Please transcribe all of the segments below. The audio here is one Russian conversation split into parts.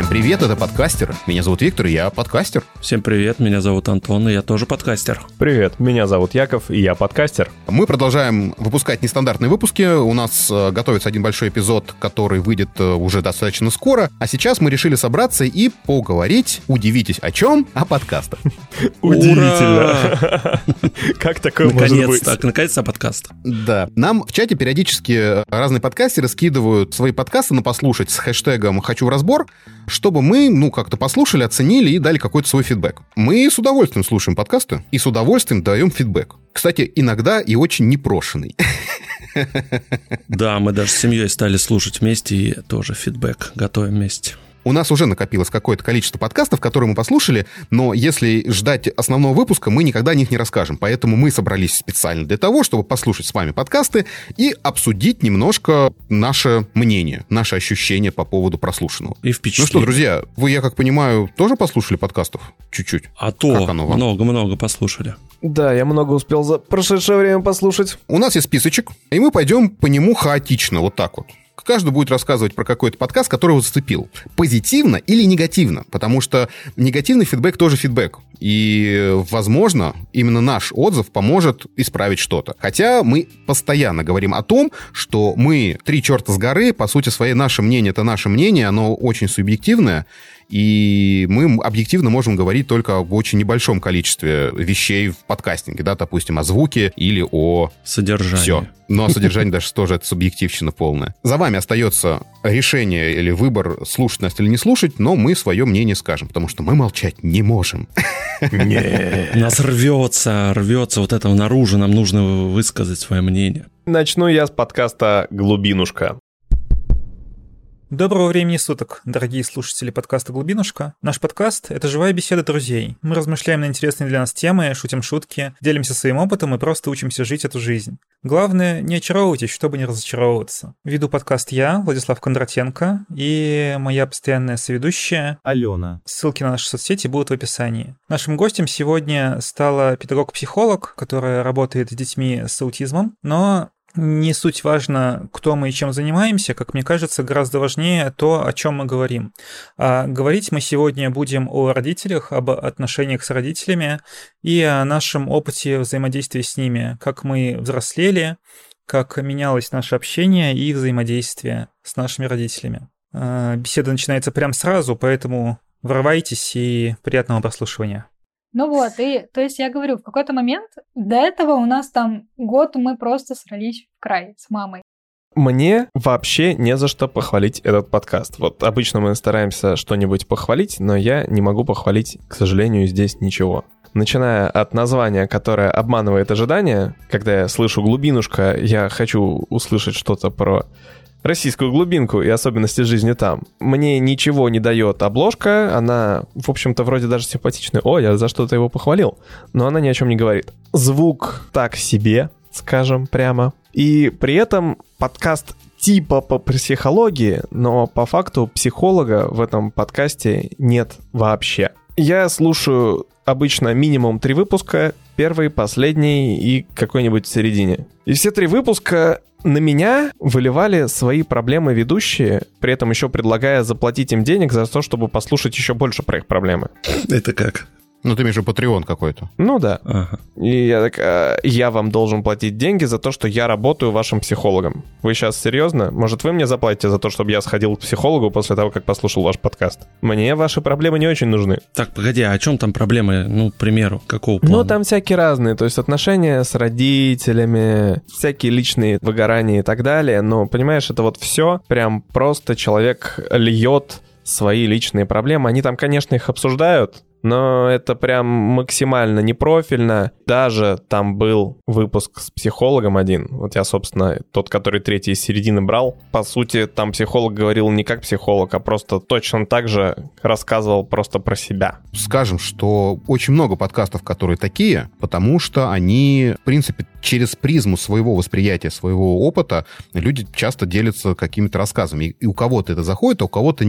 Всем привет, это подкастер. Меня зовут Виктор, и я подкастер. Всем привет, меня зовут Антон, и я тоже подкастер. Привет, меня зовут Яков, и я подкастер. Мы продолжаем выпускать нестандартные выпуски. У нас готовится один большой эпизод, который выйдет уже достаточно скоро. А сейчас мы решили собраться и поговорить, удивитесь, о чем? О подкастах. Удивительно. Как такое может быть? Наконец-то подкаст. Да. Нам в чате периодически разные подкастеры скидывают свои подкасты на послушать с хэштегом «Хочу в разбор», чтобы мы, как-то послушали, оценили и дали какой-то свой фидбэк. Мы с удовольствием слушаем подкасты и с удовольствием даем фидбэк. Кстати, иногда и очень непрошенный. Да, мы даже с семьей стали слушать вместе и тоже фидбэк готовим вместе. У нас уже накопилось какое-то количество подкастов, которые мы послушали, но если ждать основного выпуска, мы никогда о них не расскажем. Поэтому мы собрались специально для того, чтобы послушать с вами подкасты и обсудить немножко наше мнение, наши ощущения по поводу прослушанного. И впечатление. Ну что, друзья, вы, я как понимаю, тоже послушали подкастов? Чуть-чуть. А то много-много послушали. Да, я много успел за прошедшее время послушать. У нас есть списочек, и мы пойдем по нему хаотично, вот так вот. Каждый будет рассказывать про какой-то подкаст, который его зацепил. Позитивно или негативно? Потому что негативный фидбэк тоже фидбэк. И, возможно, именно наш отзыв поможет исправить что-то. Хотя мы постоянно говорим о том, что мы три черта с горы, по сути своей, наше мнение — это наше мнение, оно очень субъективное. И мы объективно можем говорить только об очень небольшом количестве вещей в подкастинге, да, допустим, о звуке или о содержании. Все. Но содержание даже тоже это субъективщина полная. За вами остается решение или выбор, слушать нас или не слушать, но мы свое мнение скажем, потому что мы молчать не можем. Нас рвется вот это наружу, нам нужно высказать свое мнение. Начну я с подкаста «Глубинушка». Доброго времени суток, дорогие слушатели подкаста «Глубинушка». Наш подкаст — это живая беседа друзей. Мы размышляем на интересные для нас темы, шутим шутки, делимся своим опытом и просто учимся жить эту жизнь. Главное, не очаровывайтесь, чтобы не разочаровываться. Веду подкаст я, Владислав Кондратенко, и моя постоянная соведущая Алена. Ссылки на наши соцсети будут в описании. Нашим гостем сегодня стала педагог-психолог, которая работает с детьми с аутизмом, но не суть важно, кто мы и чем занимаемся, как мне кажется, гораздо важнее то, о чем мы говорим. А говорить мы сегодня будем о родителях, об отношениях с родителями и о нашем опыте взаимодействия с ними, как мы взрослели, как менялось наше общение и взаимодействие с нашими родителями. Беседа начинается прямо сразу, поэтому врывайтесь и приятного прослушивания. Ну вот, и то есть я говорю, в какой-то момент до этого у нас там год мы просто срались в край с мамой. Мне вообще не за что похвалить этот подкаст. Вот обычно мы стараемся что-нибудь похвалить, но я не могу похвалить, к сожалению, здесь ничего. Начиная от названия, которое обманывает ожидания, когда я слышу «Глубинушка», я хочу услышать что-то про российскую глубинку и особенности жизни там. Мне ничего не дает обложка, она, в общем-то, вроде даже симпатичная. О, я за что-то его похвалил, но она ни о чем не говорит. Звук так себе, скажем прямо. И при этом подкаст типа по психологии, но по факту психолога в этом подкасте нет вообще. Я слушаю обычно минимум 3 выпуска, первый, последний и какой-нибудь в середине. И все 3 выпуска на меня выливали свои проблемы ведущие, при этом еще предлагая заплатить им денег за то, чтобы послушать еще больше про их проблемы. Это как? Ну, ты имеешь в виду Patreon какой-то. Ну да. Ага. И я так, я вам должен платить деньги за то, что я работаю вашим психологом. Вы сейчас серьезно? Может, вы мне заплатите за то, чтобы я сходил к психологу после того, как послушал ваш подкаст? Мне ваши проблемы не очень нужны. Так, погоди, а о чем там проблемы, к примеру, какого плана? Ну, там всякие разные, то есть отношения с родителями, всякие личные выгорания и так далее, но, понимаешь, это вот все прям просто человек льет свои личные проблемы. Они там, конечно, их обсуждают, но это прям максимально непрофильно. Даже там был выпуск с психологом один. Вот я, собственно, тот, который третий из середины брал. По сути, там психолог говорил не как психолог, а просто точно так же рассказывал просто про себя. Скажем, что очень много подкастов, которые такие, потому что они, в принципе, через призму своего восприятия, своего опыта люди часто делятся какими-то рассказами. И у кого-то это заходит, а у кого-то нет.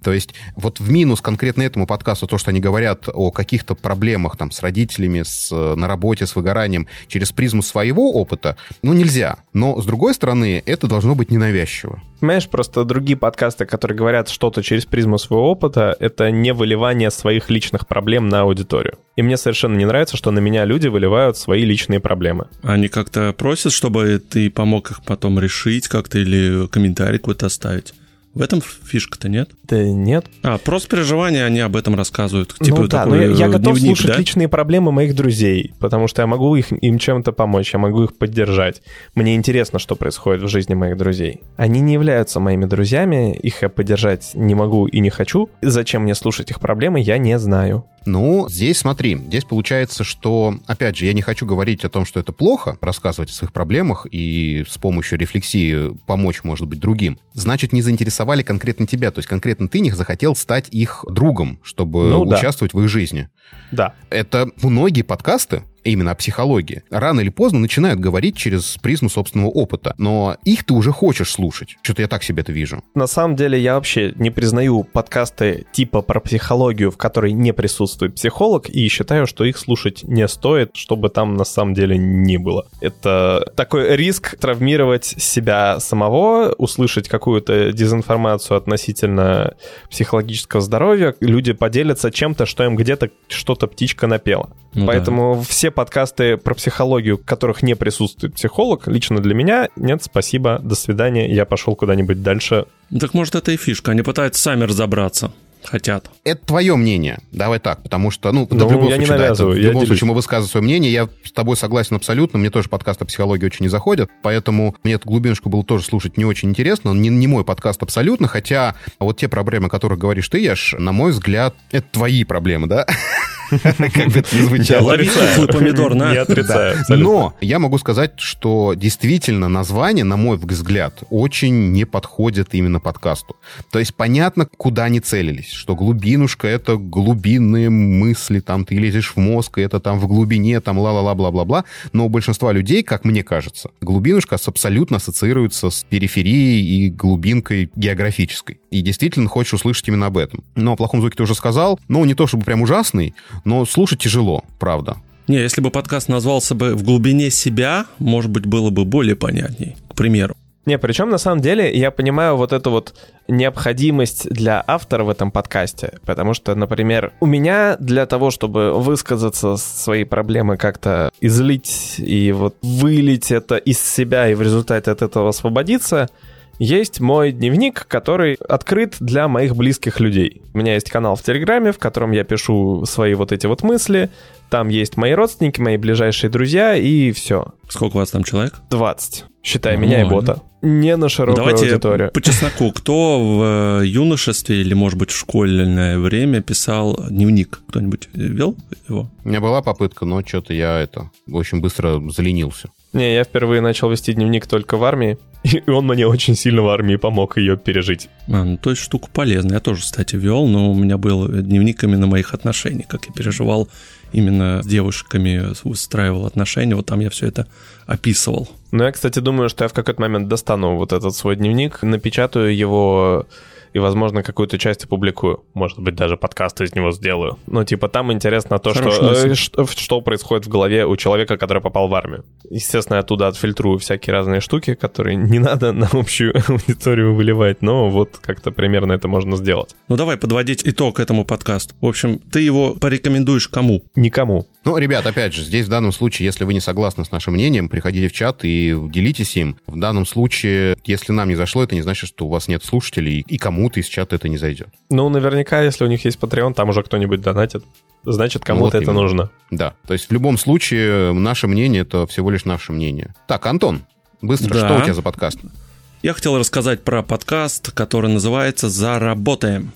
То есть вот в минус конкретно этому подкасту то, что они говорят о каких-то проблемах там с родителями, на работе, с выгоранием через призму своего опыта, нельзя. Но, с другой стороны, это должно быть ненавязчиво. Понимаешь, просто другие подкасты, которые говорят что-то через призму своего опыта, это не выливание своих личных проблем на аудиторию. И мне совершенно не нравится, что на меня люди выливают свои личные проблемы. Они как-то просят, чтобы ты помог их потом решить как-то или комментарий какой-то оставить? В этом фишка-то нет? Да нет. Просто переживания, они об этом рассказывают. Типа да, но я готов дневник, слушать личные проблемы моих друзей, потому что я могу им чем-то помочь, я могу их поддержать. Мне интересно, что происходит в жизни моих друзей. Они не являются моими друзьями, их я поддержать не могу и не хочу. Зачем мне слушать их проблемы, я не знаю. Здесь смотри, здесь получается, что, опять же, я не хочу говорить о том, что это плохо, рассказывать о своих проблемах и с помощью рефлексии помочь, может быть, другим. Значит, не заинтересовали конкретно тебя, то есть конкретно ты не захотел стать их другом, чтобы участвовать в их жизни. Да. Это многие подкасты, именно о психологии, рано или поздно начинают говорить через призму собственного опыта. Но их ты уже хочешь слушать. Что-то я так себе это вижу. На самом деле я вообще не признаю подкасты типа про психологию, в которой не присутствует психолог, и считаю, что их слушать не стоит, чтобы там на самом деле не было. Это такой риск травмировать себя самого, услышать какую-то дезинформацию относительно психологического здоровья. Люди поделятся чем-то, что им где-то что-то птичка напела. Поэтому все подкасты про психологию, в которых не присутствует психолог, лично для меня нет, спасибо, до свидания, я пошел куда-нибудь дальше. Так может, это и фишка, они пытаются сами разобраться. Хотят. Это твое мнение. Давай так, потому что, в любом я случае, не навязываю, в любом случае мы высказываем свое мнение. Я с тобой согласен абсолютно. Мне тоже подкасты о психологии очень не заходят, поэтому мне эту глубиночку было тоже слушать не очень интересно. Он не мой подкаст абсолютно, хотя вот те проблемы, о которых говоришь ты, Яш, на мой взгляд, это твои проблемы, да? Как бы это ни звучало. Лови помидор, на. Не отрицаю. Но я могу сказать, что действительно название, на мой взгляд, очень не подходит именно подкасту. То есть понятно, куда они целились, что глубинушка — это глубинные мысли, там ты лезешь в мозг, и это там в глубине, там ла-ла-ла, бла-бла-бла. Но у большинства людей, как мне кажется, глубинушка абсолютно ассоциируется с периферией и глубинкой географической. И действительно хочешь услышать именно об этом. Но о плохом звуке ты уже сказал. Не то чтобы прям ужасный, но слушать тяжело, правда. Не, если бы подкаст назвался бы «В глубине себя», может быть, было бы более понятней, к примеру. Не, причем на самом деле я понимаю вот эту вот необходимость для автора в этом подкасте, потому что, например, у меня для того, чтобы высказаться, свои проблемы как-то излить и вот вылить это из себя и в результате от этого освободиться, есть мой дневник, который открыт для моих близких людей. У меня есть канал в Телеграме, в котором я пишу свои вот эти вот мысли. Там есть мои родственники, мои ближайшие друзья и все. Сколько у вас там человек? 20. Считай меня и бота. Не на широкую аудиторию. Давайте по чесноку. Кто в юношестве или, может быть, в школьное время писал дневник? Кто-нибудь вел его? У меня была попытка, но что-то я очень быстро заленился. Не, я впервые начал вести дневник только в армии, и он мне очень сильно в армии помог ее пережить. То есть штука полезная. Я тоже, кстати, вел, но у меня был дневник именно моих отношений, как я переживал именно с девушками, выстраивал отношения, вот там я все это описывал. Я, кстати, думаю, что я в какой-то момент достану вот этот свой дневник, напечатаю его и, возможно, какую-то часть опубликую. Может быть, даже подкаст из него сделаю. Там интересно то, что происходит в голове у человека, который попал в армию. Естественно, я оттуда отфильтрую всякие разные штуки, которые не надо на общую аудиторию выливать, но вот как-то примерно это можно сделать. Давай подводить итог этому подкасту. В общем, ты его порекомендуешь кому? Никому. Ребят, опять же, здесь в данном случае, если вы не согласны с нашим мнением, приходите в чат и делитесь им. В данном случае, если нам не зашло, это не значит, что у вас нет слушателей, и кому-то из чата это не зайдет. Наверняка, если у них есть Patreon, там уже кто-нибудь донатит. Значит, кому-то это нужно. Да, то есть в любом случае наше мнение — это всего лишь наше мнение. Так, Антон, быстро, что у тебя за подкаст? Я хотел рассказать про подкаст, который называется «Заработаем».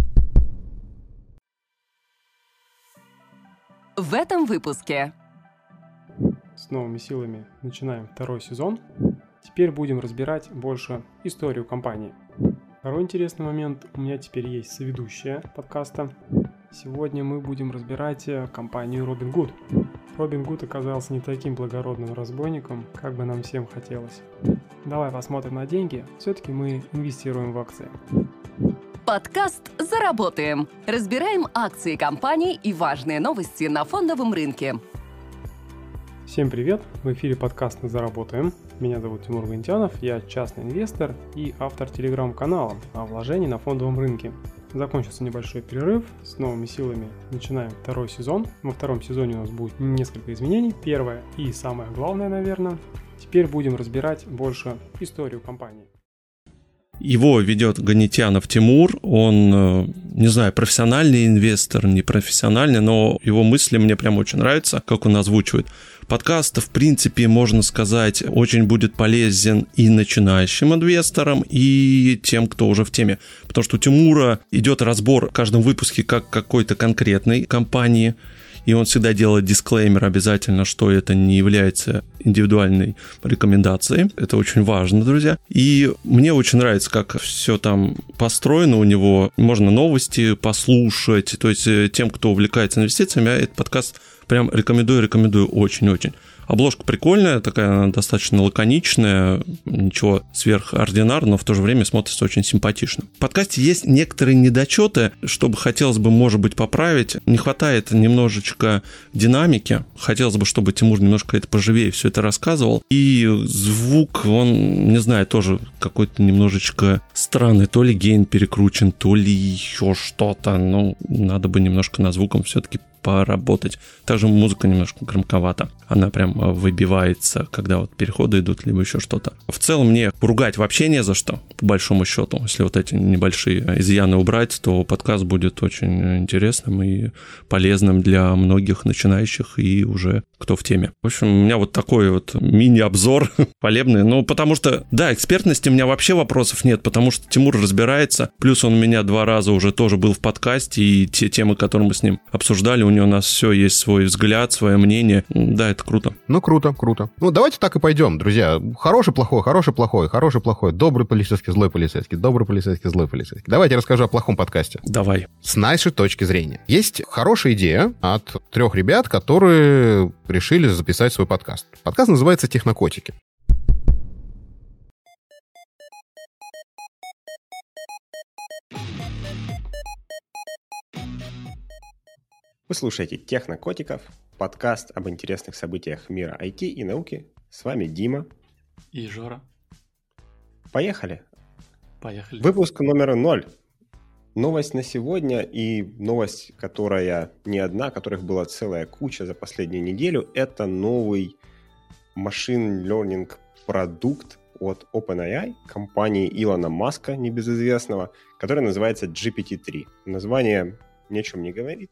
В этом выпуске. С новыми силами начинаем второй сезон. Теперь будем разбирать больше историю компании. Второй интересный момент. У меня теперь есть соведущая подкаста. Сегодня мы будем разбирать компанию Robinhood. Robinhood оказался не таким благородным разбойником, как бы нам всем хотелось. Давай посмотрим на деньги. Все-таки мы инвестируем в акции. Подкаст «Заработаем». Разбираем акции компаний и важные новости на фондовом рынке. Всем привет! В эфире подкаст «Заработаем». Меня зовут Тимур Гантянов, я частный инвестор и автор телеграм-канала о вложении на фондовом рынке. Закончился небольшой перерыв, с новыми силами начинаем второй сезон. Во втором сезоне у нас будет несколько изменений. Первое и самое главное, наверное, теперь будем разбирать больше историю компании. Его ведет Ганитянов Тимур, он, не знаю, профессиональный инвестор, не профессиональный, но его мысли мне прям очень нравятся, как он озвучивает. Подкаст, в принципе, можно сказать, очень будет полезен и начинающим инвесторам, и тем, кто уже в теме. Потому что у Тимура идет разбор в каждом выпуске как какой-то конкретной компании, и он всегда делает дисклеймер обязательно, что это не является индивидуальной рекомендацией. Это очень важно, друзья. И мне очень нравится, как все там построено у него. Можно новости послушать. То есть тем, кто увлекается инвестициями, я этот подкаст прям рекомендую очень-очень. Обложка прикольная, такая она достаточно лаконичная, ничего сверхординарного, но в то же время смотрится очень симпатично. В подкасте есть некоторые недочеты, чтобы хотелось бы, может быть, поправить. Не хватает немножечко динамики. Хотелось бы, чтобы Тимур немножко это поживее все это рассказывал. И звук, он, не знаю, тоже какой-то немножечко странный. То ли гейн перекручен, то ли еще что-то. Ну, надо бы немножко над звуком все-таки поработать. Также музыка немножко громковата. Она прям выбивается, когда вот переходы идут, либо еще что-то. В целом мне ругать вообще не за что, по большому счету. Если вот эти небольшие изъяны убрать, то подкаст будет очень интересным и полезным для многих начинающих и уже кто в теме. В общем, у меня вот такой вот мини-обзор хвалебный. Ну, потому что, да, экспертности у меня вообще вопросов нет, потому что Тимур разбирается. Плюс он у меня 2 раза уже тоже был в подкасте, и те темы, которые мы с ним обсуждали, у него у нас все есть свой взгляд, свое мнение. Да, это круто. Ну, круто. Ну, давайте так и пойдем, друзья. Хороший, плохой, хороший, плохой, хороший, плохой, добрый полицейский, злой полицейский, добрый полицейский, злой полицейский. Давайте я расскажу о плохом подкасте. Давай. С нашей точки зрения. Есть хорошая идея от 3 ребят, которые решили записать свой подкаст. Подкаст называется «Технокотики». Вы слушаете «Технокотиков», подкаст об интересных событиях мира IT и науки. С вами Дима. И Жора. Поехали. Поехали. Выпуск номер 0. Новость на сегодня и новость, которая не одна, которых была целая куча за последнюю неделю, это новый machine learning продукт от OpenAI, компании Илона Маска, небезызвестного, который называется GPT-3. Название ни о чем не говорит.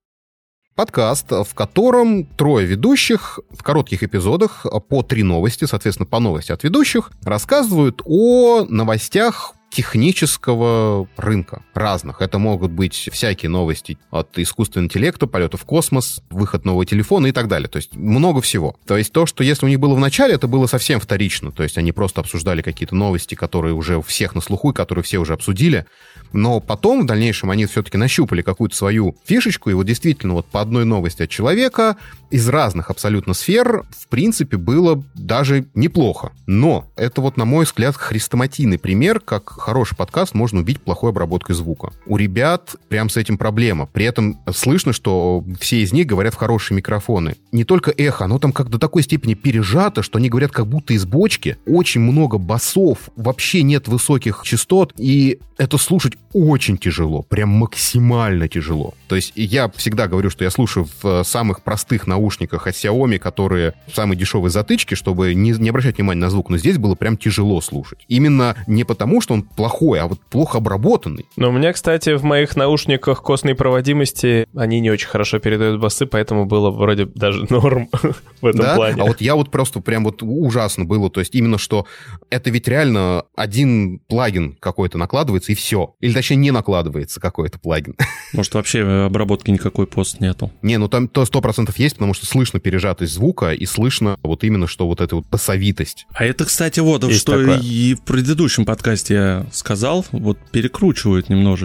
Подкаст, в котором 3 ведущих в коротких эпизодах по 3 новости, соответственно, по новости от ведущих, рассказывают о новостях технического рынка разных. Это могут быть всякие новости от искусственного интеллекта, полета в космос, выход нового телефона и так далее. То есть много всего. То есть то, что если у них было в начале, это было совсем вторично. То есть они просто обсуждали какие-то новости, которые уже у всех на слуху, и которые все уже обсудили. Но потом, в дальнейшем, они все-таки нащупали какую-то свою фишечку, и вот действительно вот по одной новости от человека из разных абсолютно сфер, в принципе, было даже неплохо. Но это вот, на мой взгляд, хрестоматийный пример, как хороший подкаст можно убить плохой обработкой звука. У ребят прям с этим проблема. При этом слышно, что все из них говорят в хорошие микрофоны. Не только эхо, оно там как до такой степени пережато, что они говорят как будто из бочки. Очень много басов, вообще нет высоких частот, и это слушать очень тяжело, прям максимально тяжело. То есть я всегда говорю, что я слушаю в самых простых наушниках от Xiaomi, которые в самой дешевой затычке, чтобы не обращать внимания на звук, но здесь было прям тяжело слушать. Именно не потому, что он плохой, а вот плохо обработанный. Но у меня, кстати, в моих наушниках костной проводимости они не очень хорошо передают басы, поэтому было вроде даже норм в этом плане. А вот я вот просто прям вот ужасно было. То есть именно что это ведь реально один плагин какой-то накладывается и все. Или точнее не накладывается какой-то плагин. Может, вообще обработки никакой пост нету? Не, ну там то 100% есть, потому что слышно пережатость звука и слышно вот именно что вот эта вот басовитость. А это, кстати, вот есть что такое. И в предыдущем подкасте я сказал, вот перекручивают немножечко.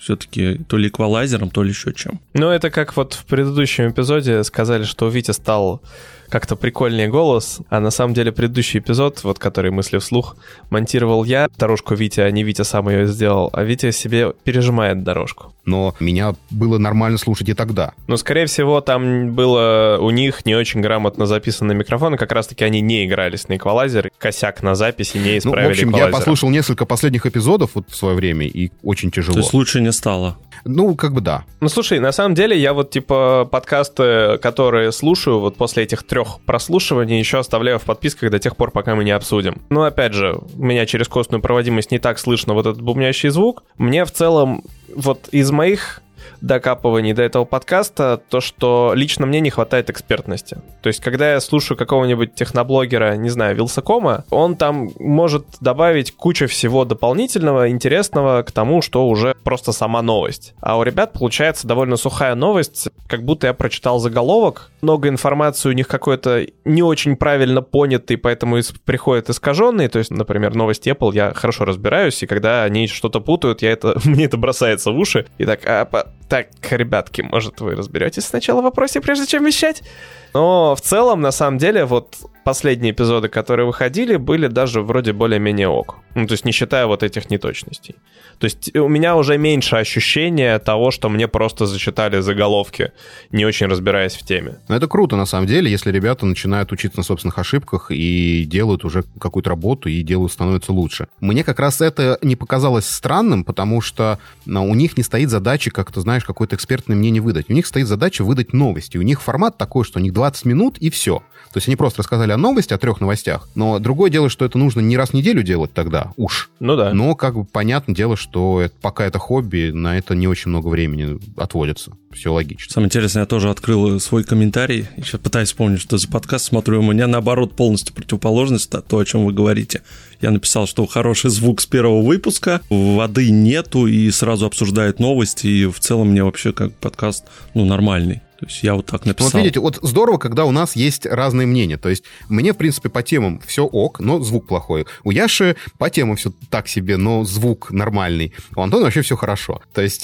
все-таки то ли эквалайзером, то ли еще чем. Ну, это как вот в предыдущем эпизоде сказали, что у Вити стал как-то прикольнее голос, а на самом деле предыдущий эпизод, вот который «Мысли вслух», монтировал я дорожку Вити, а не Витя сам ее сделал, а Витя себе пережимает дорожку. Но меня было нормально слушать и тогда. Ну, скорее всего, там было у них не очень грамотно записаны микрофоны, как раз-таки они не игрались на эквалайзер, косяк на записи не исправили. Ну, в общем, эквалайзера. я послушал несколько последних эпизодов вот в свое время, и очень тяжело. То есть лучше не стало? Ну, как бы да. Ну, слушай, на самом деле я вот, типа, подкасты, которые слушаю вот после этих 3 прослушиваний, еще оставляю в подписках до тех пор, пока мы не обсудим. Но, опять же, у меня через костную проводимость не так слышно вот этот бубнящий звук. Мне в целом вот из моих докапываний до этого подкаста то, что лично мне не хватает экспертности. То есть, когда я слушаю какого-нибудь техноблогера, не знаю, Вилсакома, он там может добавить кучу всего дополнительного, интересного к тому, что уже просто сама новость. А у ребят получается довольно сухая новость, как будто я прочитал заголовок, много информации у них какой-то не очень правильно понятый, поэтому приходят искаженные. То есть, например, новости Apple я хорошо разбираюсь, и когда они что-то путают, мне это бросается в уши. И так, ребятки, может, вы разберетесь сначала в вопросе, прежде чем вещать? Но в целом, на самом деле, вот последние эпизоды, которые выходили, были даже вроде более-менее ок. Ну, то есть не считая вот этих неточностей. То есть у меня уже меньше ощущения того, что мне просто зачитали заголовки, не очень разбираясь в теме. Но это круто, на самом деле, если ребята начинают учиться на собственных ошибках и делают уже какую-то работу, и становится лучше. Мне как раз это не показалось странным, потому что у них не стоит задача, как ты знаешь, какое-то экспертное мнение выдать. У них стоит задача выдать новости. У них формат такой, что у них 20 минут и все. То есть они просто рассказали о новости, о 3 новостях. Но другое дело, что это нужно не раз в неделю делать тогда, уж. Ну да. Но как бы понятное дело, что пока это хобби, на это не очень много времени отводится. Все логично. Самое интересное, я тоже открыл свой комментарий. Сейчас пытаюсь вспомнить, что за подкаст смотрю. У меня, наоборот, полностью противоположность, то, о чем вы говорите. Я написал, что хороший звук с первого выпуска, воды нету, и сразу обсуждают новости, и в целом мне вообще как подкаст, нормальный. То есть я вот так написал. Вот видите, вот здорово, когда у нас есть разные мнения. То есть мне, в принципе, по темам все ок, но звук плохой. У Яши по темам все так себе, но звук нормальный. У Антона вообще все хорошо. То есть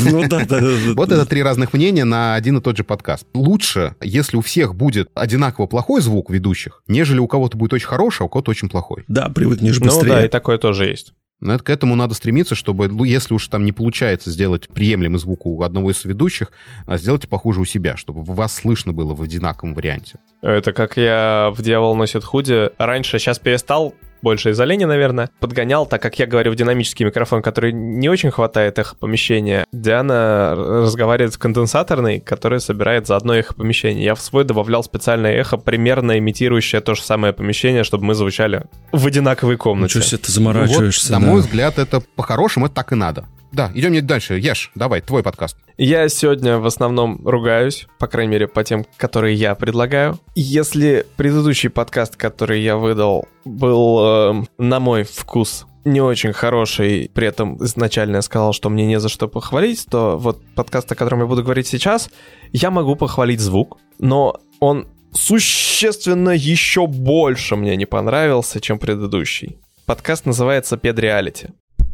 вот это 3 разных мнения на один и тот же подкаст. Лучше, если у всех будет одинаково плохой звук ведущих, нежели у кого-то будет очень хороший, а у кого-то очень плохой. Да, привыкнешь быстрее. Ну да, и такое тоже есть. Но к этому надо стремиться, чтобы, если уж там не получается сделать приемлемый звук у одного из ведущих, сделайте похуже у себя, чтобы вас слышно было в одинаковом варианте. Это как я в «Дьявол носит худи». Раньше, сейчас перестал, больше из-за лени, наверное, подгонял, так как я говорю в динамический микрофон, который не очень хватает эхопомещения. Диана разговаривает в конденсаторный, который собирает заодно эхопомещение. Я в свой добавлял специальное эхо, примерно имитирующее то же самое помещение, чтобы мы звучали в одинаковой комнате. Ничего себе ты заморачиваешься. Вот, на мой взгляд, это по-хорошему, это так и надо. Да, идем дальше. Яш, давай, твой подкаст. Я сегодня в основном ругаюсь, по крайней мере, по тем, которые я предлагаю. Если предыдущий подкаст, который я выдал, был, на мой вкус, не очень хороший, при этом изначально я сказал, что мне не за что похвалить, то вот подкаст, о котором я буду говорить сейчас, я могу похвалить звук, но он существенно еще больше мне не понравился, чем предыдущий. Подкаст называется «Педреалити».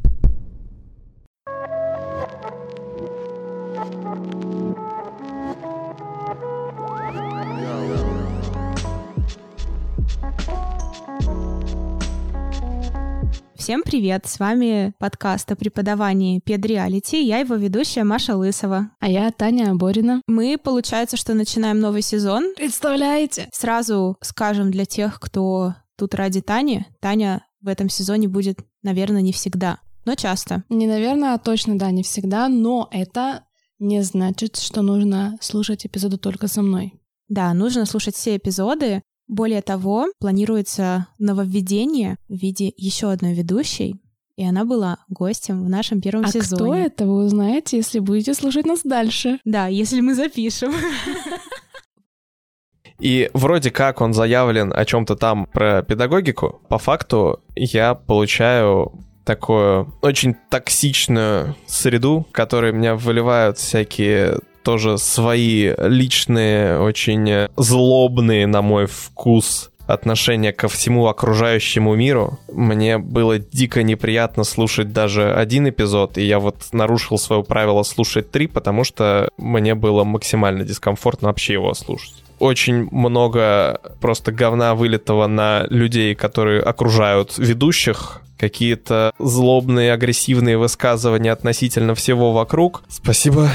Всем привет! С вами подкаст о преподавании педреалити. Я его ведущая Маша Лысова. А я Таня Борина. Мы, получается, что начинаем новый сезон. Представляете? Сразу скажем для тех, кто тут ради Тани. Таня в этом сезоне будет, наверное, не всегда, но часто. Не наверное, а точно, да, не всегда, но это не значит, что нужно слушать эпизоды только со мной. Да, нужно слушать все эпизоды. Более того, планируется нововведение в виде еще одной ведущей, и она была гостем в нашем первом сезоне. А кто это, вы узнаете, если будете слушать нас дальше. Да, если мы запишем. И вроде как он заявлен о чем-то там про педагогику. По факту я получаю такую очень токсичную среду, в которой меня выливают всякие тоже свои личные, очень злобные, на мой вкус, отношение ко всему окружающему миру. Мне было дико неприятно слушать даже один эпизод, и я вот нарушил свое правило слушать 3, потому что мне было максимально дискомфортно вообще его слушать. Очень много просто говна вылитого на людей, которые окружают ведущих, какие-то злобные, агрессивные высказывания относительно всего вокруг. Спасибо,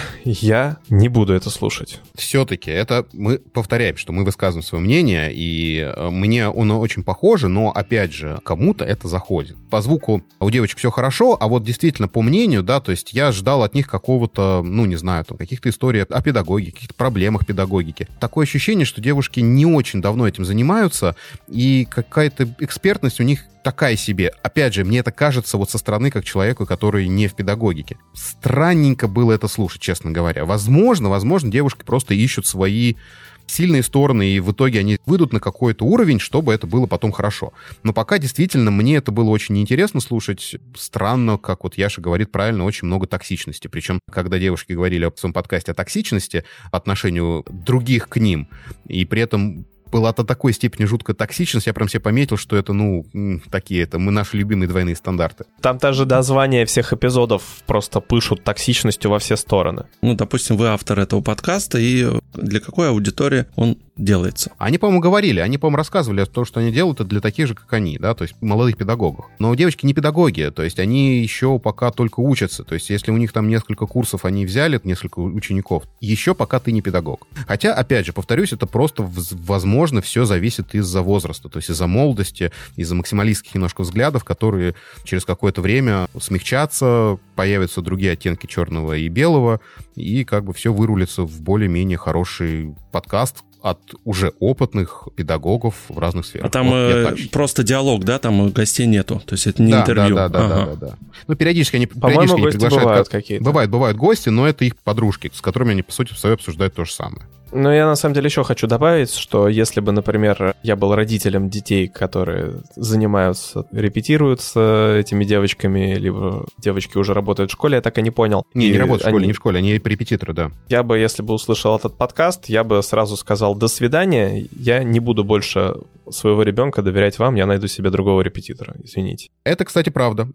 я не буду это слушать. Все-таки это мы повторяем, что мы высказываем свое мнение, и мне оно очень похоже, но, опять же, кому-то это заходит. По звуку у девочек все хорошо, а вот действительно по мнению, да, то есть я ждал от них какого-то, ну, не знаю, там, каких-то историй о педагогике, каких-то проблемах педагогики. Такое ощущение, что девушки не очень давно этим занимаются, и какая-то экспертность у них такая себе. Опять же, мне это кажется вот со стороны как человеку, который не в педагогике. Странненько было это слушать, честно говоря. Возможно, девушки просто ищут свои сильные стороны, и в итоге они выйдут на какой-то уровень, чтобы это было потом хорошо. Но пока действительно мне это было очень неинтересно слушать. Странно, как вот Яша говорит правильно, очень много токсичности. Причем, когда девушки говорили в своем подкасте о токсичности, отношению других к ним, и при этом была до такой степени жуткая токсичность, я прям себе пометил, что это, такие, это мы наши любимые двойные стандарты. Там даже названия всех эпизодов просто пышут токсичностью во все стороны. Ну, допустим, вы автор этого подкаста, и для какой аудитории он делается? Они, по-моему, говорили, они, по-моему, рассказывали, то, что они делают, это для таких же, как они, да, то есть молодых педагогов. Но девочки не педагоги, то есть они еще пока только учатся. То есть если у них там несколько курсов они взяли, несколько учеников, еще пока ты не педагог. Хотя, опять же, повторюсь, это просто, возможно, все зависит из-за возраста, то есть из-за молодости, из-за максималистских немножко взглядов, которые через какое-то время смягчатся, появятся другие оттенки черного и белого, и как бы все вырулится в более-менее хороший подкаст от уже опытных педагогов в разных сферах. А там просто диалог, да? Там гостей нету, то есть это не интервью. Да. Ну, периодически они По-моему, гости приглашают. Бывают какие-то. Бывают гости, но это их подружки, с которыми они, по сути, в своей обсуждают то же самое. Ну, я на самом деле еще хочу добавить, что если бы, например, я был родителем детей, которые занимаются, репетируют с этими девочками, либо девочки уже работают в школе, я так и не понял. Не работают в школе, не в школе, они репетиторы, да. Я бы, если бы услышал этот подкаст, я бы сразу сказал «до свидания», я не буду больше своего ребенка доверять вам, я найду себе другого репетитора, извините. Это, кстати, правда.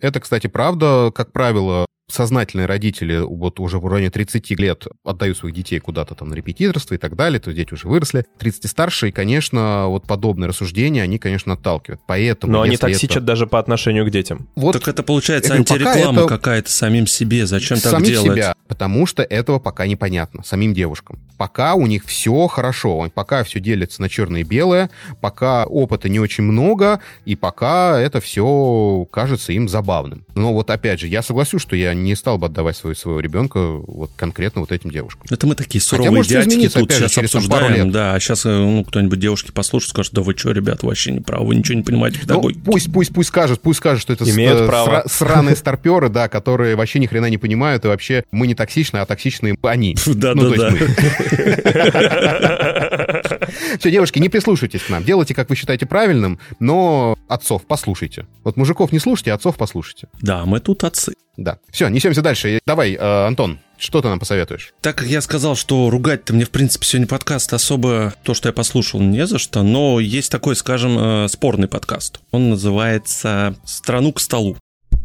Как правило, сознательные родители вот уже в районе 30 лет отдают своих детей куда-то там на репетиторство и так далее, то есть дети уже выросли. 30 и старше, и, конечно, вот подобные рассуждения, они, конечно, отталкивают. Поэтому, но они токсичат даже по отношению к детям. Вот, так это получается антиреклама какая-то самим себе. Зачем так делать? Самим себя, потому что этого пока непонятно, самим девушкам. Пока у них все хорошо, пока все делится на черное и белое, пока опыта не очень много, и пока это все кажется им забавным. Но вот опять же, я согласюсь, что я не стал бы отдавать своего ребенка вот конкретно вот этим девушкам. Это мы такие суровые дядьки тут сейчас обсуждаем, да, а сейчас кто-нибудь девушки послушает, скажет, да вы что, ребят, вообще не правы, вы ничего не понимаете в педагогике. Пусть скажет, что это сраные старперы, да, которые вообще ни хрена не понимают, и вообще мы не токсичны, а токсичны они. Да-да-да. Все, девушки, не прислушивайтесь к нам, делайте, как вы считаете правильным, но отцов послушайте. Вот мужиков не слушайте, а отцов послушайте. Да, мы тут отцы. Да. Все, несемся дальше. Давай, Антон, что ты нам посоветуешь? Так как я сказал, что ругать-то мне, в принципе, сегодня подкаст особо то, что я послушал, не за что, но есть такой, скажем, спорный подкаст. Он называется «Страну к столу».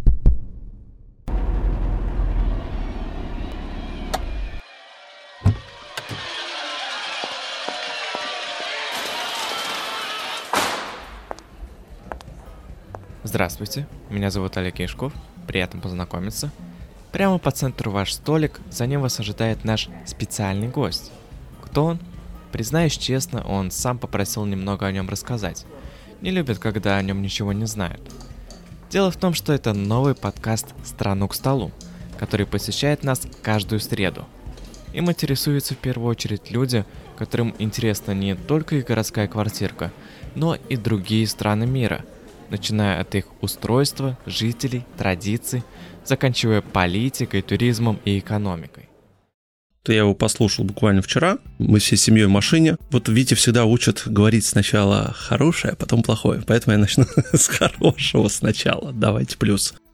Здравствуйте, меня зовут Олег Яшков, приятно познакомиться. Прямо по центру ваш столик, за ним вас ожидает наш специальный гость. Кто он? Признаюсь честно, он сам попросил немного о нем рассказать. Не любит, когда о нем ничего не знают. Дело в том, что это новый подкаст «Страну к столу», который посещает нас каждую среду. Им интересуются в первую очередь люди, которым интересна не только их городская квартирка, но и другие страны мира, начиная от их устройства, жителей, традиций, заканчивая политикой, туризмом и экономикой. Я его послушал буквально вчера. Мы всей семьей в машине. Вот Витя всегда учат говорить сначала хорошее, а потом плохое. Поэтому я начну с хорошего сначала. Давайте плюс.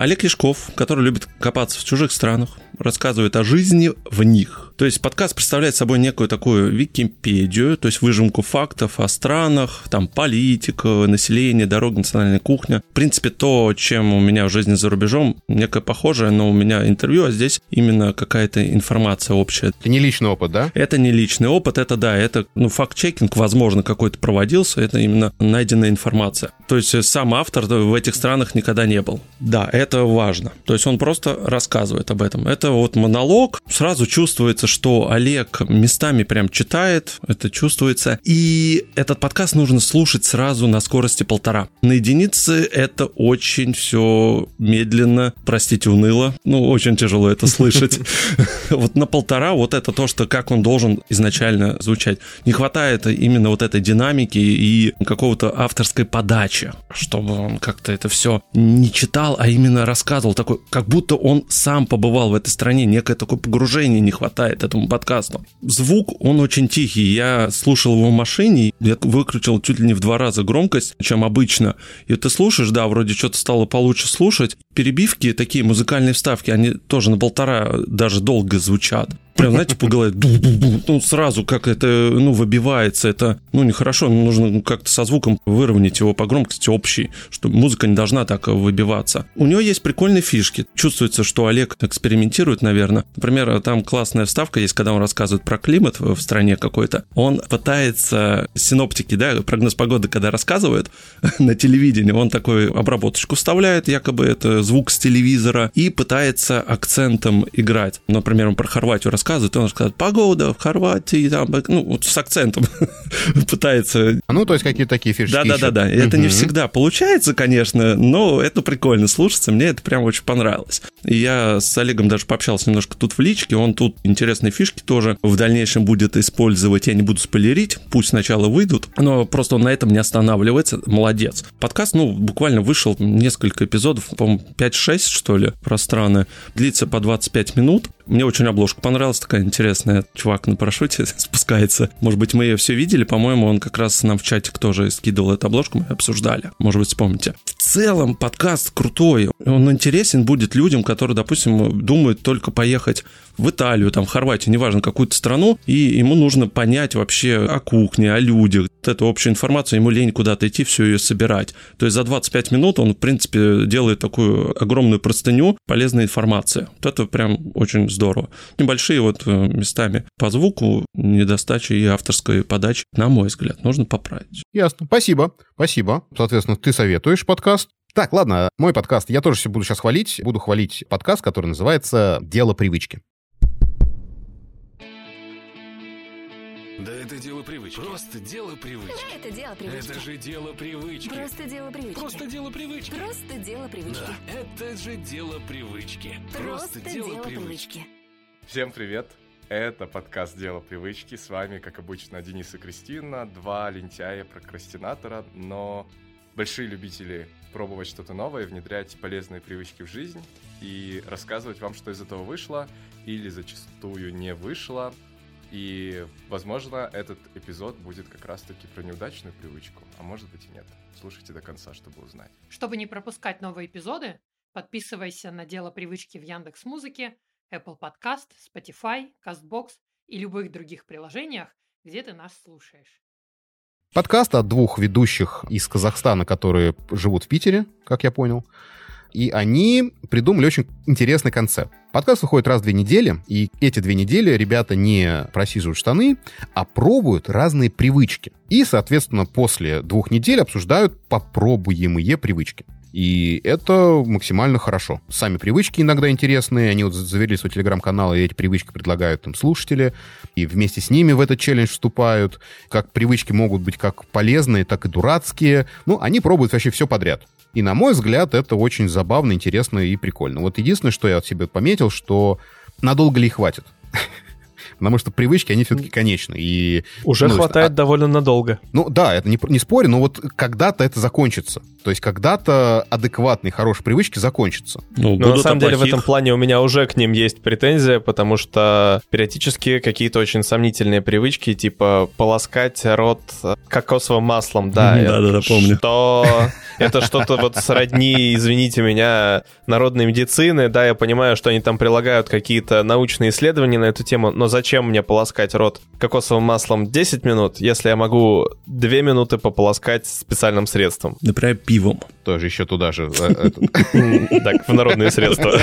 Олег Яшков, который любит копаться в чужих странах, рассказывает о жизни в них. То есть подкаст представляет собой некую такую Википедию, то есть выжимку фактов о странах, там политика, население, дороги, национальная кухня. В принципе, то, чем у меня в жизни за рубежом, некое похожее, но у меня интервью, а здесь именно какая-то информация общая. Это не личный опыт, да? Это не личный опыт, это да, это факт-чекинг, возможно, какой-то проводился, это именно найденная информация. То есть сам автор в этих странах никогда не был. Да, это важно. То есть он просто рассказывает об этом. Это вот монолог, сразу чувствуется, что Олег местами прям читает, это чувствуется. И этот подкаст нужно слушать сразу на скорости 1,5. На единице это очень все медленно, простите, уныло. Очень тяжело это слышать. Вот на 1,5 вот это то, что как он должен изначально звучать. Не хватает именно вот этой динамики и какого-то авторской подачи, чтобы он как-то это все не читал, а именно рассказывал, такой, как будто он сам побывал в этой стране, некое такое погружение не хватает этому подкасту. Звук, он очень тихий, я слушал его в машине, я выкрутил чуть ли не в 2 раза громкость, чем обычно, и ты слушаешь, да, вроде что-то стало получше слушать, перебивки, такие музыкальные вставки, они тоже на 1,5 даже долго звучат. Прям, знаете, по голове, сразу как это, выбивается, это, нехорошо, нужно как-то со звуком выровнять его по громкости общей, чтобы музыка не должна так выбиваться. У него есть прикольные фишки, чувствуется, что Олег экспериментирует, наверное. Например, там классная вставка есть, когда он рассказывает про климат в стране какой-то, он пытается, синоптики, да, прогноз погоды, когда рассказывают на телевидении, он такой обработочку вставляет, якобы это звук с телевизора, и пытается акцентом играть. Например, он про Хорватию рассказывает, и он рассказывает, погода в Хорватии, там, с акцентом пытается. То есть какие-то такие фишки. Да. Это не всегда получается, конечно, но это прикольно слушаться, мне это прям очень понравилось. И я с Олегом даже пообщался немножко тут в личке, он тут интересные фишки тоже в дальнейшем будет использовать, я не буду спойлерить, пусть сначала выйдут, но просто он на этом не останавливается, молодец. Подкаст, буквально вышел несколько эпизодов, по-моему, 5-6, что ли, про страны, длится по 25 минут. Мне очень обложка понравилась, такая интересная. Чувак на парашюте спускается. Может быть, мы ее все видели. По-моему, он как раз нам в чатик тоже скидывал эту обложку, мы обсуждали. Может быть, вспомните. В целом, подкаст крутой. Он интересен будет людям, которые, допустим, думают только поехать в Италию, там, в Хорватию, неважно, какую-то страну, и ему нужно понять вообще о кухне, о людях. Вот эту общую информацию, ему лень куда-то идти, все ее собирать. То есть за 25 минут он, в принципе, делает такую огромную простыню полезной информации. Вот это прям очень здорово. Небольшие местами по звуку недостачи и авторской подачи, на мой взгляд, нужно поправить. Ясно. Спасибо. Соответственно, ты советуешь подкаст. Так, ладно, мой подкаст я тоже буду сейчас хвалить. Буду хвалить подкаст, который называется «Дело привычки». Да это дело привычки. Просто дело привычки. Это дело привычки. Это же дело привычки. Просто дело привычки. Просто дело привычки. Просто дело привычки. Да, это же дело привычки. Просто дело привычки. Всем привет. Это подкаст «Дело привычки». С вами, как обычно, Денис и Кристина. 2 лентяя-прокрастинатора, но большие любители пробовать что-то новое, внедрять полезные привычки в жизнь и рассказывать вам, что из этого вышло или зачастую не вышло. И, возможно, этот эпизод будет как раз-таки про неудачную привычку, а может быть и нет. Слушайте до конца, чтобы узнать. Чтобы не пропускать новые эпизоды, подписывайся на «Дело привычки» в Яндекс.Музыке, Apple Podcast, Spotify, CastBox и любых других приложениях, где ты нас слушаешь. Подкаст от 2 ведущих из Казахстана, которые живут в Питере, как я понял. И они придумали очень интересный концепт. Подкаст выходит раз в 2 недели, и эти 2 недели ребята не просиживают штаны, а пробуют разные привычки. И, соответственно, после 2 недель обсуждают попробуемые привычки. И это максимально хорошо. Сами привычки иногда интересные. Они завели свой телеграм-канал, и эти привычки предлагают им слушатели. И вместе с ними в этот челлендж вступают. Как привычки могут быть как полезные, так и дурацкие. Они пробуют вообще все подряд. И, на мой взгляд, это очень забавно, интересно и прикольно. Вот единственное, что я от себя пометил, что надолго ли хватит? Потому что привычки, они все-таки конечны. И, уже хватает довольно надолго. Ну да, это не спорю, но вот когда-то это закончится. То есть когда-то адекватные, хорошие привычки закончатся. Но на самом деле в этом плане у меня уже к ним есть претензия, потому что периодически какие-то очень сомнительные привычки, типа полоскать рот кокосовым маслом. Да, помню. Что это что-то вот сродни, извините меня, народной медицины. Да, я понимаю, что они там прилагают какие-то научные исследования на эту тему, но зачем мне полоскать рот кокосовым маслом 10 минут, если я могу 2 минуты пополоскать специальным средством? Например, пивом. Тоже еще туда же. Так, в народные средства.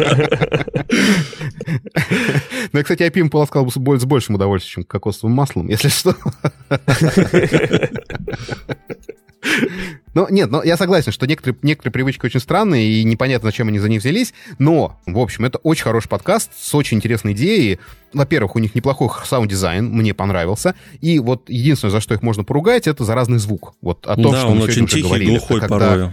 Ну, кстати, я пивом полоскал бы с большим удовольствием, чем кокосовым маслом, если что. Ну, нет, я согласен, что некоторые привычки очень странные, и непонятно, зачем они за них взялись, но, в общем, это очень хороший подкаст с очень интересной идеей. Во-первых, у них неплохой саунд-дизайн, мне понравился, и вот единственное, за что их можно поругать, это за разный звук. Вот о том, да, что он мы очень уже тихий, говорили. глухой порою.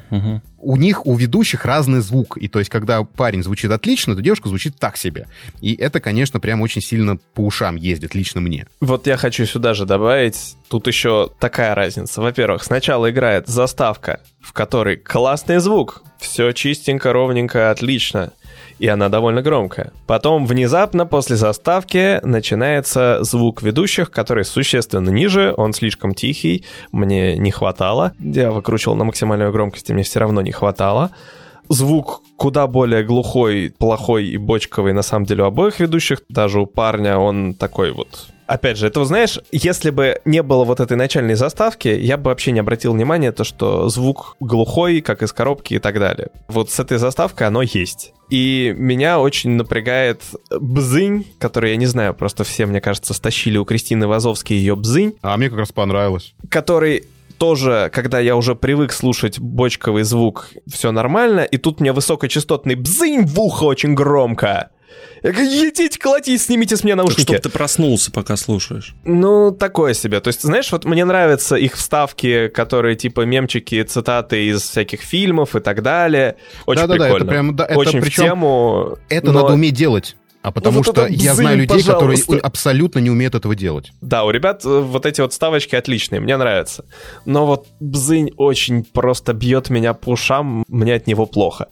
У ведущих разный звук, и то есть, когда парень звучит отлично, то девушка звучит так себе. И это, конечно, прям очень сильно по ушам ездит, лично мне. Вот я хочу сюда же добавить, тут еще такая разница. Во-первых, сначала играет заставка, в которой классный звук, все чистенько, ровненько, отлично, и она довольно громкая. Потом внезапно после заставки начинается звук ведущих, который существенно ниже, он слишком тихий, мне не хватало. Я выкручивал на максимальную громкость, и мне все равно не хватало. Звук куда более глухой, плохой и бочковый, на самом деле, у обоих ведущих. Даже у парня он такой вот... Опять же, это, знаешь, если бы не было вот этой начальной заставки, я бы вообще не обратил внимания, то, что звук глухой, как из коробки и так далее. Вот с этой заставкой оно есть. И меня очень напрягает бзынь, который, я не знаю, просто все, мне кажется, стащили у Кристины Вазовской ее бзынь. А мне как раз понравилось. Который... тоже, когда я уже привык слушать бочковый звук, все нормально, и тут мне высокочастотный бзынь в ухо очень громко. Я говорю, едите, колотись, снимите с меня наушники. Так, чтобы ты проснулся, пока слушаешь. Ну, такое себе. То есть, знаешь, вот мне нравятся их вставки, которые типа мемчики, цитаты из всяких фильмов и так далее. Очень прикольно. Да, это прям... Да, очень причем в тему. Это надо уметь делать. А потому вот что я знаю людей, пожалуйста, которые абсолютно не умеют этого делать. Да, у ребят вот эти вот вставочки отличные, мне нравятся. Но вот бзынь очень просто бьет меня по ушам, мне от него плохо.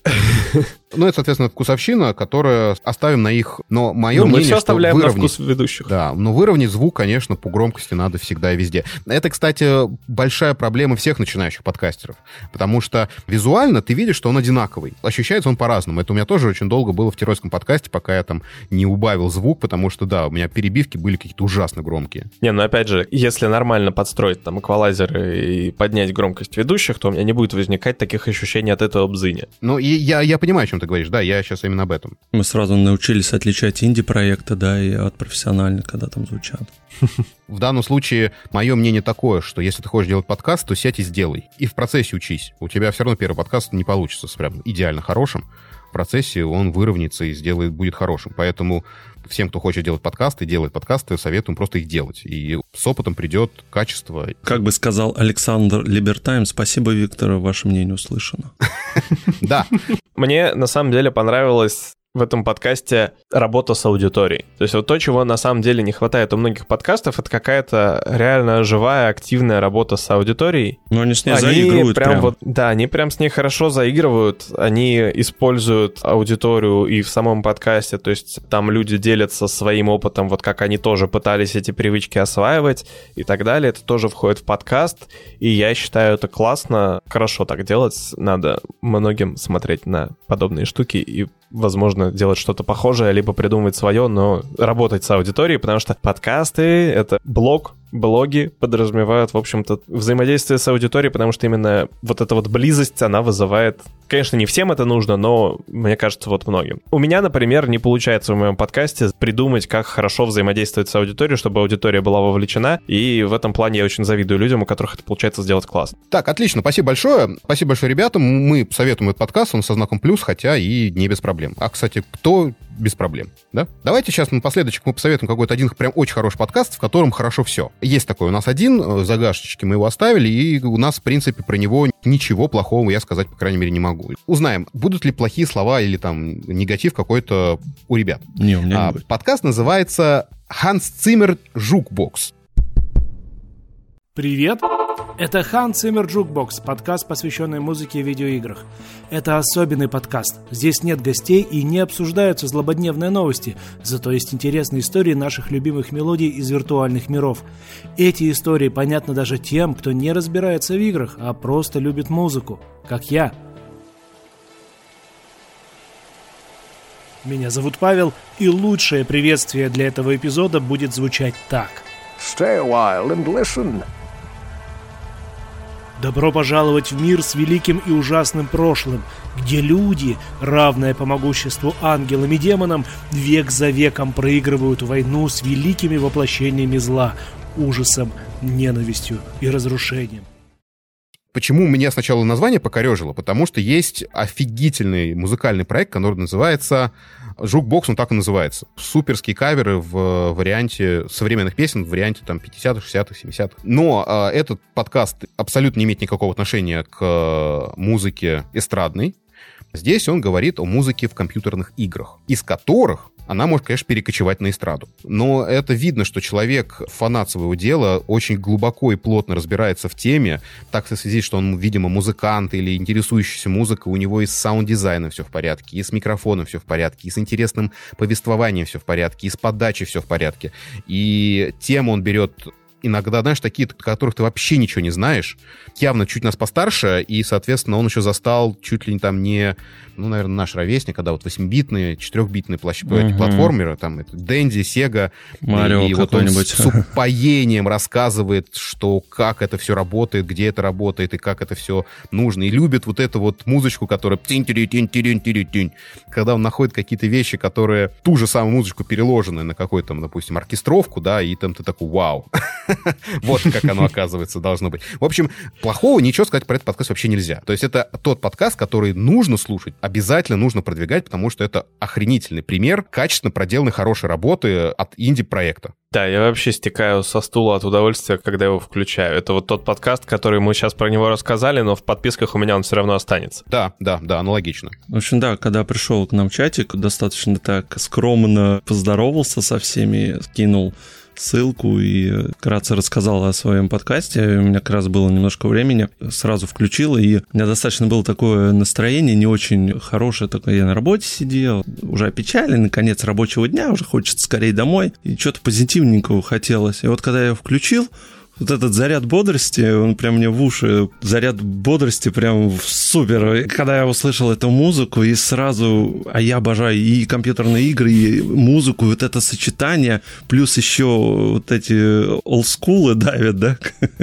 Ну, это, соответственно, вкусовщина, которую оставим на их... Но мое мнение, мы все оставляем что на вкус ведущих. Да, но выровнять звук, конечно, по громкости надо всегда и везде. Это, кстати, большая проблема всех начинающих подкастеров. Потому что визуально ты видишь, что он одинаковый. Ощущается он по-разному. Это у меня тоже очень долго было в Терройском подкасте, пока я там не убавил звук, потому что, да, у меня перебивки были какие-то ужасно громкие. Не, ну опять же, если нормально подстроить там эквалайзеры и поднять громкость ведущих, то у меня не будет возникать таких ощущений от этого бзыня. Ну, и я понимаю, о чем ты говоришь, да, я сейчас именно об этом. Мы сразу научились отличать инди-проекты, да, и от профессиональных, когда там звучат. В данном случае мое мнение такое, что если ты хочешь делать подкаст, то сядь и сделай. И в процессе учись. У тебя все равно первый подкаст не получится с прям идеально хорошим. В процессе он выровняется и будет хорошим. Поэтому всем, кто хочет делать подкасты и делает подкасты, советуем просто их делать. И с опытом придет качество. Как бы сказал Александр Либертайм, спасибо, Виктор, ваше мнение услышано. Да. Мне на самом деле понравилось в этом подкасте работа с аудиторией. То есть вот то, чего на самом деле не хватает у многих подкастов, это какая-то реально живая, активная работа с аудиторией. Но они с ней заигрывают прям. Вот, да, они прям с ней хорошо заигрывают, они используют аудиторию и в самом подкасте, то есть там люди делятся своим опытом, вот как они тоже пытались эти привычки осваивать и так далее. Это тоже входит в подкаст, и я считаю, это классно, хорошо так делать. Надо многим смотреть на подобные штуки и, возможно, делать что-то похожее, либо придумывать свое, но работать с аудиторией, потому что подкасты — это блоги подразумевают, в общем-то, взаимодействие с аудиторией, потому что именно вот эта вот близость, она вызывает... Конечно, не всем это нужно, но, мне кажется, вот многим. У меня, например, не получается в моем подкасте придумать, как хорошо взаимодействовать с аудиторией, чтобы аудитория была вовлечена, и в этом плане я очень завидую людям, у которых это получается сделать классно. Так, отлично, спасибо большое. Спасибо большое ребятам. Мы советуем этот подкаст, он со знаком плюс, хотя и не без проблем. А, кстати, кто без проблем, да? Давайте сейчас напоследочек мы посоветуем какой-то один прям очень хороший подкаст, в котором хорошо все. Есть такой у нас один, в загашечке мы его оставили, и у нас, в принципе, про него ничего плохого я сказать, по крайней мере, не могу. Узнаем, будут ли плохие слова или там негатив какой-то у ребят. Не, у меня не будет. Подкаст называется «Hans Zimmer Jukebox». Привет! Это Hans Zimmer Jukebox, подкаст, посвященный музыке и видеоиграх. Это особенный подкаст. Здесь нет гостей и не обсуждаются злободневные новости, зато есть интересные истории наших любимых мелодий из виртуальных миров. Эти истории понятны даже тем, кто не разбирается в играх, а просто любит музыку, как я. Меня зовут Павел, и лучшее приветствие для этого эпизода будет звучать так. Stay a while and listen. Добро пожаловать в мир с великим и ужасным прошлым, где люди, равные по могуществу ангелам и демонам, век за веком проигрывают войну с великими воплощениями зла, ужасом, ненавистью и разрушением. Почему меня сначала название покорежило? Потому что есть офигительный музыкальный проект, который называется «Жукбокс», он так и называется. Суперские каверы в варианте современных песен, в варианте там 50-х, 60-х, 70-х. Но этот подкаст абсолютно не имеет никакого отношения к музыке эстрадной. Здесь он говорит о музыке в компьютерных играх, из которых она может, конечно, перекочевать на эстраду. Но это видно, что человек, фанат своего дела, очень глубоко и плотно разбирается в теме, так в связи, что он, видимо, музыкант или интересующийся музыкой, у него и с саунд-дизайном все в порядке, и с микрофоном все в порядке, и с интересным повествованием все в порядке, и с подачей все в порядке. И тему он берет иногда, знаешь, такие, о которых ты вообще ничего не знаешь, явно чуть нас постарше, и, соответственно, он еще застал чуть ли не там не, ну, наверное, наш ровесник, когда вот 8-битные, 4-битные платформеры, там, это Денди, Сега, Марио и вот он какой-нибудь. с упоением рассказывает, что как это все работает, где это работает, и как это все нужно, и любит вот эту вот музычку, которая тинь-тирь-тинь-тирь-тирь-тирь, когда он находит какие-то вещи, которые ту же самую музычку переложены на какую-то, там, допустим, оркестровку, да, и там ты такой, вау, вот как оно, оказывается, должно быть. В общем, плохого ничего сказать про этот подкаст вообще нельзя. То есть это тот подкаст, который нужно слушать, обязательно нужно продвигать, потому что это охренительный пример качественно проделанной хорошей работы от инди-проекта. Да, я вообще стекаю со стула от удовольствия, когда его включаю. Это вот тот подкаст, который мы сейчас про него рассказали, но в подписках у меня он все равно останется. Да, аналогично. В общем, да, когда пришел к нам чатик, достаточно так скромно поздоровался со всеми, скинул ссылку и вкратце рассказал о своем подкасте. У меня как раз было немножко времени, сразу включил, и у меня достаточно было такое настроение не очень хорошее, такое я на работе сидел, уже опечален, конец рабочего дня, уже хочется скорее домой, и что-то позитивненького хотелось. И вот когда я его включил, вот этот заряд бодрости, он прям мне в уши, заряд бодрости прям супер. И когда я услышал эту музыку, и сразу, а я обожаю и компьютерные игры, и музыку, вот это сочетание, плюс еще вот эти олдскулы давят, да?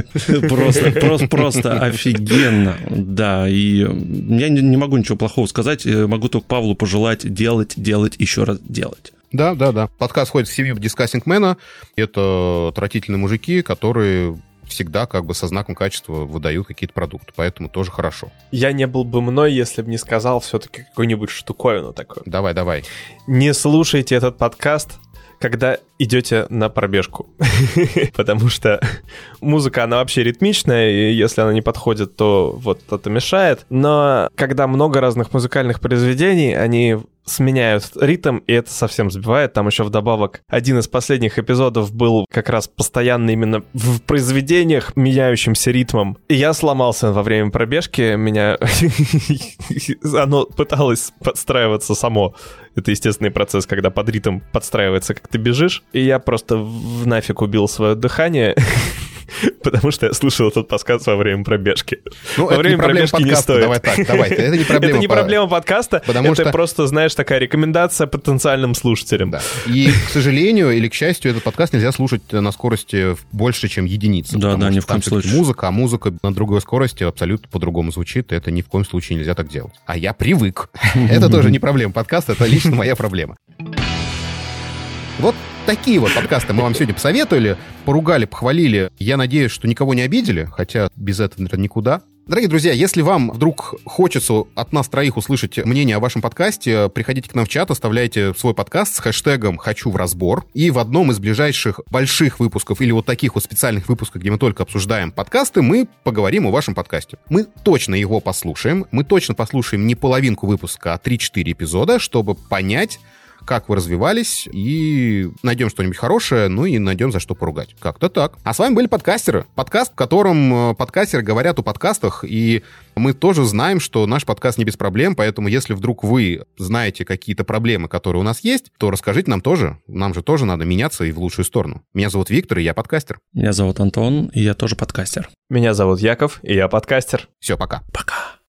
Просто офигенно, да. И я не могу ничего плохого сказать, могу только Павлу пожелать делать, еще раз делать. Да. Подкаст входит в семью дискассингмена. Это отвратительные мужики, которые всегда как бы со знаком качества выдают какие-то продукты, поэтому тоже хорошо. Я не был бы мной, если бы не сказал все-таки какую-нибудь штуковину такую. Давай. Не слушайте этот подкаст, когда идете на пробежку. Потому что музыка, она вообще ритмичная, и если она не подходит, то вот это мешает. Но когда много разных музыкальных произведений, они сменяют ритм, и это совсем сбивает. Там еще вдобавок один из последних эпизодов был как раз постоянно именно в произведениях меняющимся ритмом. И я сломался во время пробежки, меня оно пыталось подстраиваться само. Это естественный процесс, когда под ритм подстраивается, как ты бежишь. И я просто нафиг убил свое дыхание, потому что я слушал этот подкаст во время пробежки. Ну, во время пробежки не стоит. Давай. Это не проблема. Это не проблема подкаста, это просто, знаешь, такая рекомендация потенциальным слушателям. Да. И, к сожалению или к счастью, этот подкаст нельзя слушать на скорости больше, чем единица. Да, ни в коем случае. Музыка на другой скорости абсолютно по-другому звучит, и это ни в коем случае нельзя так делать. А я привык. Это тоже не проблема подкаста, это лично моя проблема. Вот такие вот подкасты мы вам сегодня посоветовали, поругали, похвалили. Я надеюсь, что никого не обидели, хотя без этого, наверное, никуда. Дорогие друзья, если вам вдруг хочется от нас троих услышать мнение о вашем подкасте, приходите к нам в чат, оставляйте свой подкаст с хэштегом «Хочу в разбор», и в одном из ближайших больших выпусков или вот таких вот специальных выпусков, где мы только обсуждаем подкасты, мы поговорим о вашем подкасте. Мы точно его послушаем, мы точно послушаем не половинку выпуска, а 3-4 эпизода, чтобы понять, как вы развивались, и найдем что-нибудь хорошее, ну и найдем за что поругать. Как-то так. А с вами были подкастеры. Подкаст, в котором подкастеры говорят о подкастах, и мы тоже знаем, что наш подкаст не без проблем, поэтому если вдруг вы знаете какие-то проблемы, которые у нас есть, то расскажите нам тоже. Нам же тоже надо меняться и в лучшую сторону. Меня зовут Виктор, и я подкастер. Меня зовут Антон, и я тоже подкастер. Меня зовут Яков, и я подкастер. Все, пока. Пока.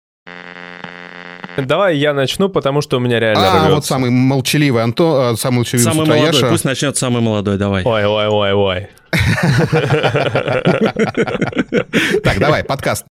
Давай я начну, потому что у меня реально рвется. Вот самый молчаливый Антон, самый молчаливый Самый молодой, пусть начнет самый молодой, давай. Ой. Так, давай, подкаст.